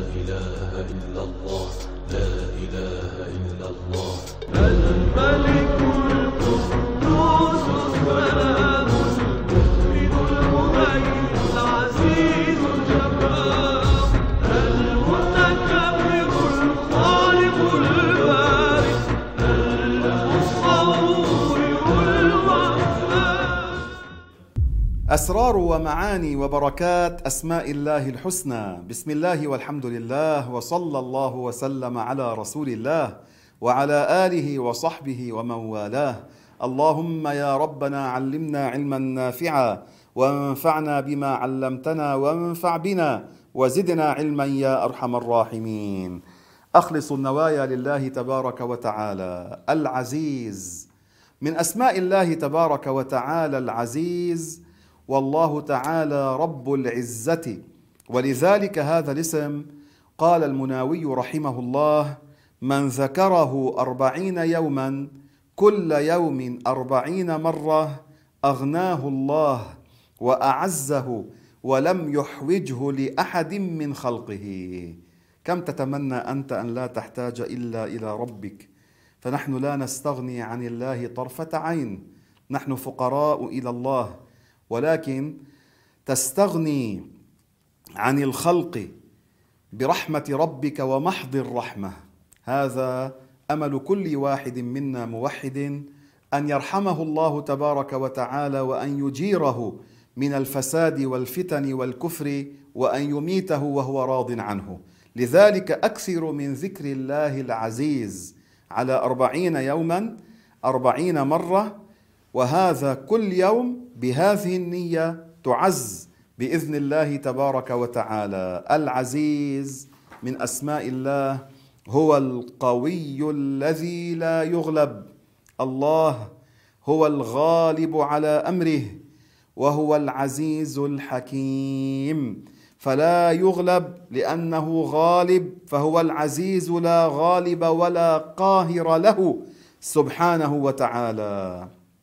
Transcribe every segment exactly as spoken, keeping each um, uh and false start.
إله إلا الله لا إله إلا الله. الملك القدوس السلام المؤمن المهيمن العزيز الجبار المتكبر الخالق البارئ المصور الوهاب. أسرار ومعاني وبركات أسماء الله الحسنى. بسم الله والحمد لله وصلى الله وسلم على رسول الله وعلى آله وصحبه ومن والاه. اللهم يا ربنا علمنا علما نافعا وانفعنا بما علمتنا وانفع بنا وزدنا علما يا أرحم الراحمين. أخلص النوايا لله تبارك وتعالى. العزيز من أسماء الله تبارك وتعالى العزيز، والله تعالى رب العزة، ولذلك هذا الاسم قال المناوي رحمه الله: من ذكره أربعين يوما كل يوم أربعين مرة أغناه الله وأعزه ولم يحوجه لأحد من خلقه. كم تتمنى أنت أن لا تحتاج إلا إلى ربك، فنحن لا نستغني عن الله طرفة عين، نحن فقراء إلى الله، ولكن تستغني عن الخلق برحمة ربك ومحض الرحمة. هذا أمل كل واحد منا موحد، أن يرحمه الله تبارك وتعالى وأن يجيره من الفساد والفتن والكفر وأن يميته وهو راض عنه. لذلك أكثر من ذكر الله العزيز على أربعين يوما أربعين مرة، وهذا كل يوم بهذه النية تعز بإذن الله تبارك وتعالى. العزيز من أسماء الله هو القوي الذي لا يغلب. الله هو الغالب على أمره، وهو العزيز الحكيم، فلا يغلب لأنه غالب، فهو العزيز لا غالب ولا قاهر له سبحانه وتعالى.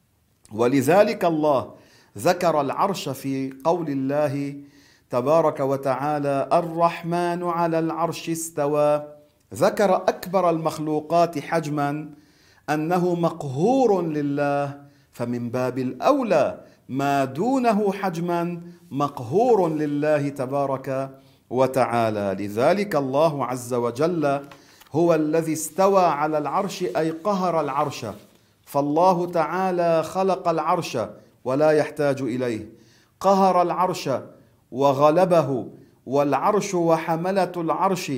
ولذلك الله ذكر العرش في قول الله تبارك وتعالى: الرحمن على العرش استوى. ذكر أكبر المخلوقات حجما أنه مقهور لله، فمن باب الأولى ما دونه حجما مقهور لله تبارك وتعالى. لذلك الله عز وجل هو الذي استوى على العرش، أي قهر العرش، فالله تعالى خلق العرش ولا يحتاج إليه، قهر العرش وغلبه، والعرش وحملة العرش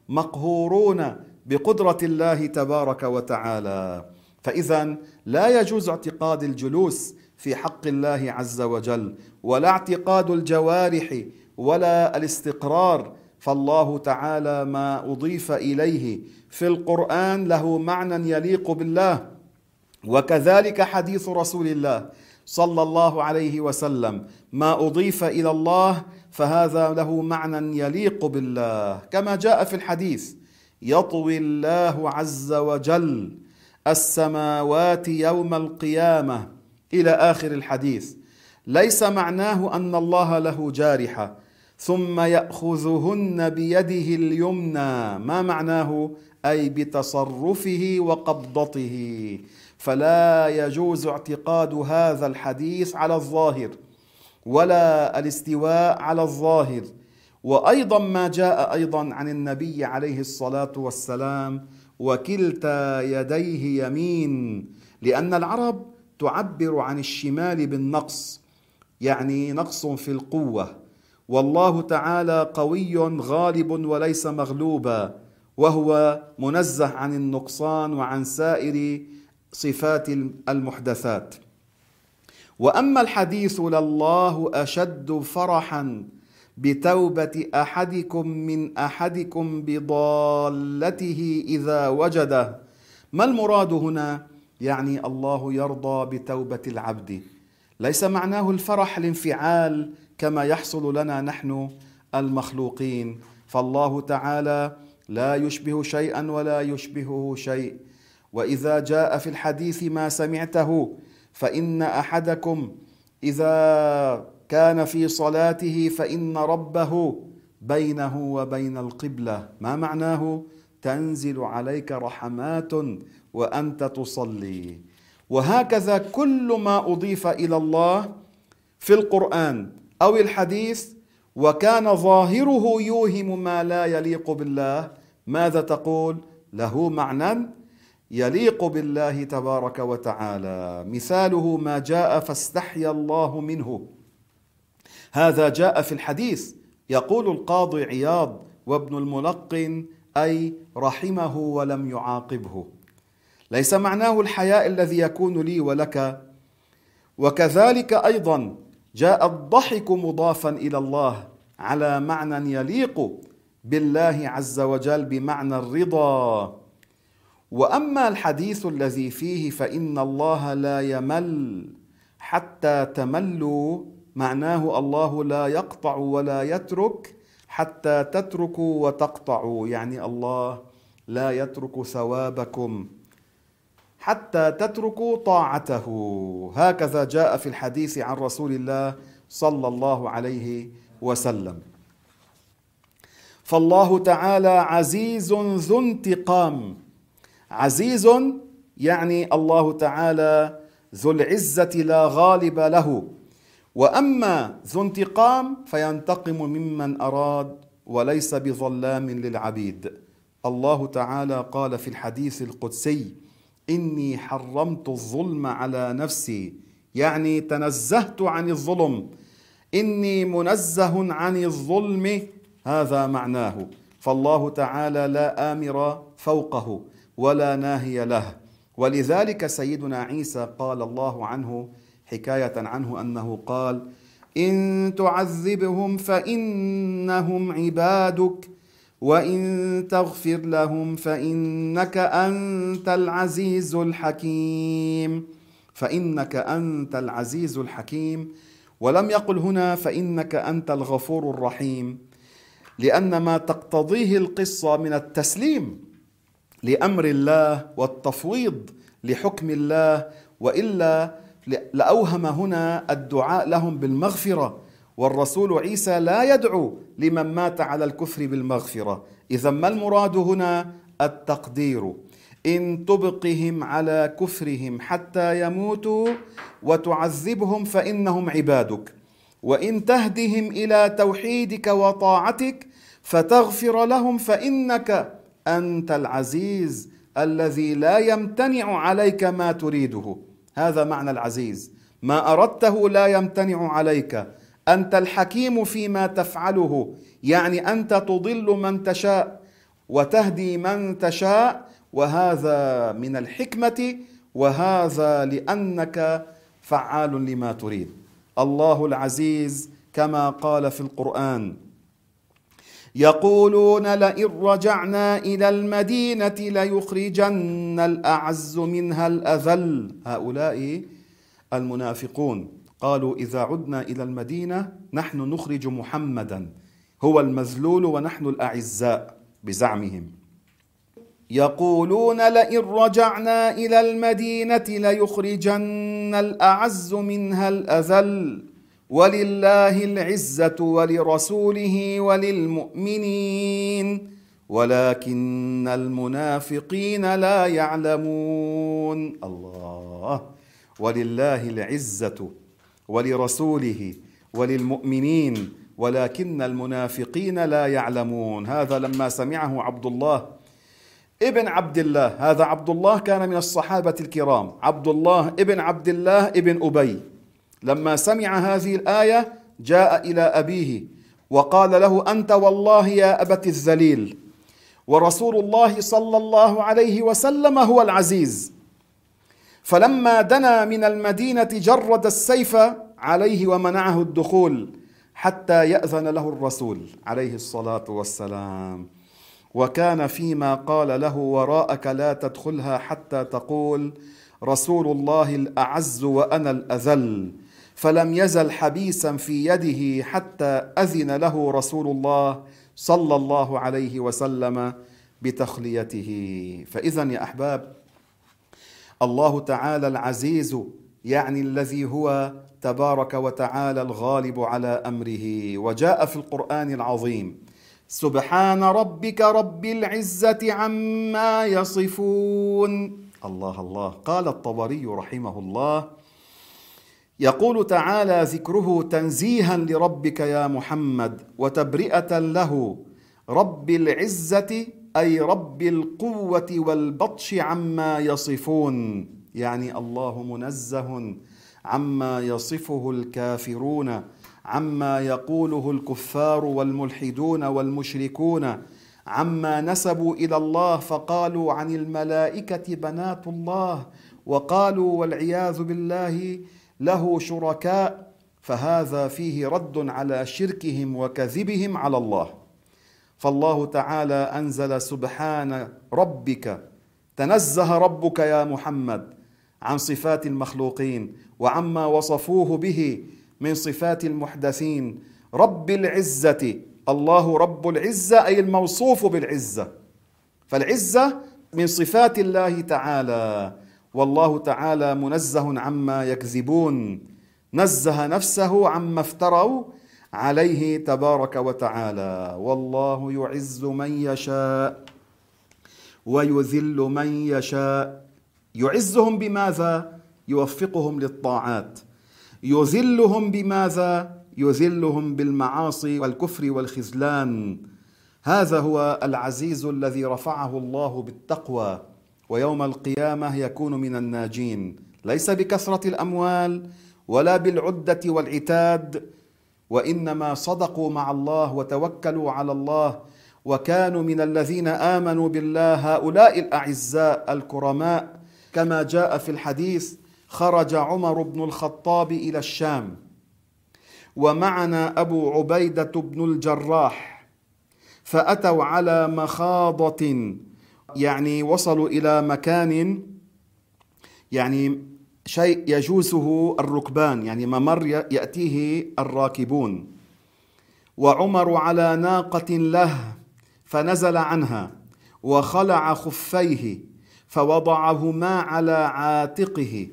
مقهورون بقدرة الله تبارك وتعالى. فإذا لا يجوز اعتقاد الجلوس في حق الله عز وجل، ولا اعتقاد الجوارح، ولا الاستقرار، فالله تعالى ما أضيف إليه في القرآن له معنى يليق بالله. وكذلك حديث رسول الله صلى الله عليه وسلم ما أضيف إلى الله فهذا له معنى يليق بالله، كما جاء في الحديث: يطوي الله عز وجل السماوات يوم القيامة إلى آخر الحديث. ليس معناه أن الله له جارحة ثم يأخذهن بيده اليمنى، ما معناه؟ أي بتصرفه وقبضته. فلا يجوز اعتقاد هذا الحديث على الظاهر، ولا الاستواء على الظاهر. وأيضا ما جاء أيضا عن النبي عليه الصلاة والسلام: وكلتا يديه يمين، لأن العرب تعبر عن الشمال بالنقص، يعني نقص في القوة، والله تعالى قوي غالب وليس مغلوبا، وهو منزه عن النقصان وعن سائر صفات المحدثات. وأما الحديث: لله أشد فرحا بتوبة أحدكم من أحدكم بضالته إذا وجده. ما المراد هنا؟ يعني الله يرضى بتوبة العبد، ليس معناه الفرح الانفعال كما يحصل لنا نحن المخلوقين، فالله تعالى لا يشبه شيئا ولا يشبهه شيء. وإذا جاء في الحديث ما سمعته: فإن أحدكم إذا كان في صلاته فإن ربه بينه وبين القبلة. ما معناه؟ تنزل عليك رحمات وأنت تصلي. وهكذا كل ما أضيف إلى الله في القرآن أو الحديث وكان ظاهره يوهم ما لا يليق بالله، ماذا تقول؟ له معنى يليق بالله تبارك وتعالى. مثاله ما جاء فاستحيا الله منه، هذا جاء في الحديث. يقول القاضي عياض وابن الملقن أي رحمه ولم يعاقبه، ليس معناه الحياء الذي يكون لي ولك. وكذلك أيضا جاء الضحك مضافا إلى الله على معنى يليق بالله عز وجل بمعنى الرضا. وأما الحديث الذي فيه فإن الله لا يمل حتى تملوا، معناه الله لا يقطع ولا يترك حتى تتركوا وتقطعوا، يعني الله لا يترك ثوابكم حتى تتركوا طاعته. هكذا جاء في الحديث عن رسول الله صلى الله عليه وسلم. فالله تعالى عزيز ذو انتقام. عزيز يعني الله تعالى ذو العزة لا غالب له، وأما ذو انتقام فينتقم ممن أراد وليس بظلام للعبيد. الله تعالى قال في الحديث القدسي: إني حرمت الظلم على نفسي، يعني تنزهت عن الظلم، إني منزه عن الظلم، هذا معناه. فالله تعالى لا آمر فوقه ولا ناهي له. ولذلك سيدنا عيسى قال الله عنه حكاية عنه أنه قال: إن تعذبهم فإنهم عبادك وإن تغفر لهم فإنك أنت العزيز الحكيم. فإنك أنت العزيز الحكيم، ولم يقل هنا فإنك أنت الغفور الرحيم، لأن ما تقتضيه القصة من التسليم لأمر الله والتفويض لحكم الله، وإلا لأوهم هنا الدعاء لهم بالمغفرة، والرسول عيسى لا يدعو لمن مات على الكفر بالمغفرة. إذا ما المراد هنا؟ التقدير: إن تبقهم على كفرهم حتى يموتوا وتعذبهم فإنهم عبادك، وإن تهدهم إلى توحيدك وطاعتك فتغفر لهم فإنك أنت العزيز الذي لا يمتنع عليك ما تريده. هذا معنى العزيز، ما أردته لا يمتنع عليك. أنت الحكيم فيما تفعله، يعني أنت تضل من تشاء وتهدي من تشاء، وهذا من الحكمة، وهذا لأنك فعال لما تريد. الله العزيز كما قال في القرآن: يقولون لئن رجعنا إلى المدينة ليخرجن الأعز منها الأذل. هؤلاء المنافقون قالوا: إذا عدنا إلى المدينة نحن نخرج محمدا، هو المذلول ونحن الأعزاء بزعمهم. يقولون لئن رجعنا إلى المدينة ليخرجن الأعز منها الأذل ولله العزة ولرسوله وللمؤمنين ولكن المنافقين لا يعلمون. الله، ولله العزة ولرسوله وللمؤمنين ولكن المنافقين لا يعلمون. هذا لما سمعه عبد الله ابن عبد الله، هذا عبد الله كان من الصحابة الكرام، عبد الله ابن عبد الله ابن أبي، لما سمع هذه الآية جاء إلى أبيه وقال له: أنت والله يا أبت الذليل، ورسول الله صلى الله عليه وسلم هو العزيز. فلما دنا من المدينة جرد السيف عليه ومنعه الدخول حتى يأذن له الرسول عليه الصلاة والسلام. وكان فيما قال له: وراءك لا تدخلها حتى تقول رسول الله الأعز وأنا الأذل. فلم يزل حبيسا في يده حتى أذن له رسول الله صلى الله عليه وسلم بتخليته. فإذا يا أحباب، الله تعالى العزيز يعني الذي هو تبارك وتعالى الغالب على أمره. وجاء في القرآن العظيم سبحان ربك رب العزة عما يصفون. الله الله. قال الطبري رحمه الله: يقول تعالى ذكره تنزيها لربك يا محمد وتبرئة له، رب العزة أي رب القوة والبطش عما يصفون، يعني الله منزه عما يصفه الكافرون، عما يقوله الكفار والملحدون والمشركون، عما نسبوا إلى الله فقالوا عن الملائكة بنات الله، وقالوا والعياذ بالله له شركاء، فهذا فيه رد على شركهم وكذبهم على الله. فالله تعالى أنزل سبحان ربك، تنزه ربك يا محمد عن صفات المخلوقين وعما وصفوه به من صفات المحدثين. رب العزة، الله رب العزة أي الموصوف بالعزة، فالعزة من صفات الله تعالى، والله تعالى منزه عما يكذبون، نزه نفسه عما افتروا عليه تبارك وتعالى. والله يعز من يشاء ويذل من يشاء. يعزهم بماذا؟ يوفقهم للطاعات. يذلهم بماذا؟ يذلهم بالمعاصي والكفر والخذلان. هذا هو العزيز الذي رفعه الله بالتقوى، ويوم القيامة يكون من الناجين، ليس بكثرة الأموال ولا بالعدة والعتاد، وإنما صدقوا مع الله وتوكلوا على الله وكانوا من الذين آمنوا بالله، هؤلاء الأعزاء الكرماء. كما جاء في الحديث: خرج عمر بن الخطاب إلى الشام ومعنا أبو عبيدة بن الجراح، فأتوا على مخاضة، يعني وصلوا إلى مكان يعني شيء يجوزه الركبان، يعني ممر يأتيه الراكبون، وعمر على ناقة له، فنزل عنها وخلع خفيه فوضعهما على عاتقه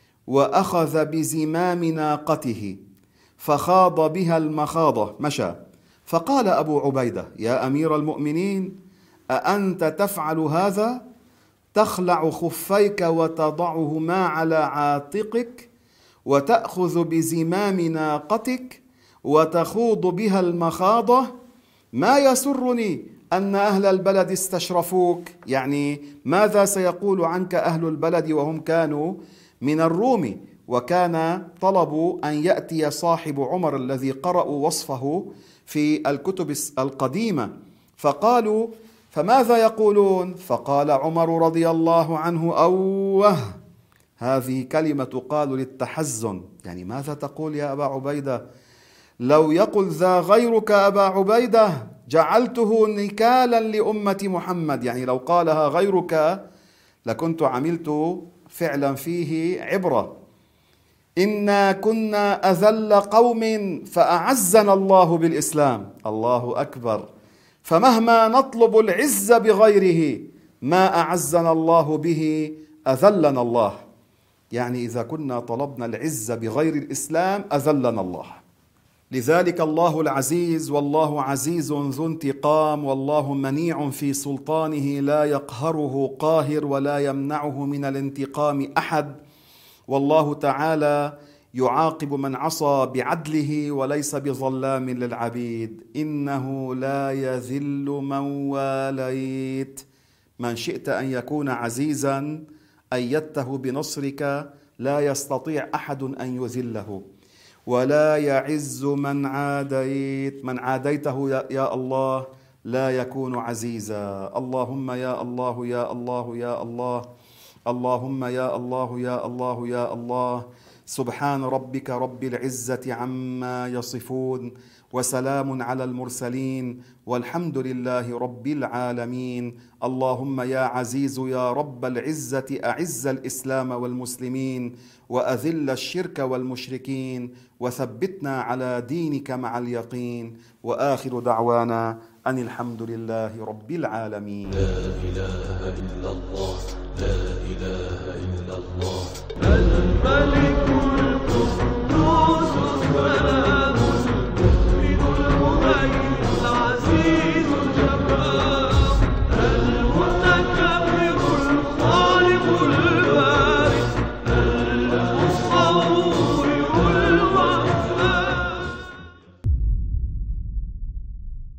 وأخذ بزمام ناقته فخاض بها المخاضة، مشى. فقال أبو عبيدة: يا أمير المؤمنين، أأنت تفعل هذا؟ تخلع خفيك وتضعهما على عاتقك وتأخذ بزمام ناقتك وتخوض بها المخاضة؟ ما يسرني أن أهل البلد استشرفوك، يعني ماذا سيقول عنك أهل البلد وهم كانوا من الروم، وكان طلبوا أن يأتي صاحب عمر الذي قرأوا وصفه في الكتب القديمة، فقالوا: فماذا يقولون؟ فقال عمر رضي الله عنه: أوه، هذه كلمة تقال للتحزن، يعني ماذا تقول يا أبا عبيدة؟ لو يقل ذا غيرك أبا عبيدة جعلته نكالا لأمة محمد، يعني لو قالها غيرك لكنت عملت فعلا فيه عبرة. إنا كنا أذل قوم فأعزنا الله بالإسلام. الله أكبر. فمهما نطلب العز بغيره ما أعزنا الله به أذلنا الله، يعني إذا كنا طلبنا العز بغير الإسلام أذلنا الله. لذلك الله العزيز، والله عزيز ذو انتقام، والله منيع في سلطانه لا يقهره قاهر ولا يمنعه من الانتقام أحد. والله تعالى يعاقب من عصى بعدله وليس بظلام للعبيد. إنه لا يذل من واليت. من شئت أن يكون عزيزا أيدته بنصرك لا يستطيع أحد أن يذله، ولا يعز من عاديت. من عاديته يا الله لا يكون عزيزا. اللهم يا الله يا الله يا الله، اللهم يا الله يا الله يا الله. سبحان ربك رب العزة عما يصفون، وسلام على المرسلين، والحمد لله رب العالمين. اللهم يا عزيز يا رب العزة أعز الإسلام والمسلمين، وأذل الشرك والمشركين، وثبتنا على دينك مع اليقين. وآخر دعوانا أن الحمد لله رب العالمين. لا إله إلا الله، لا إله إلا الله. الملك القدوس السلام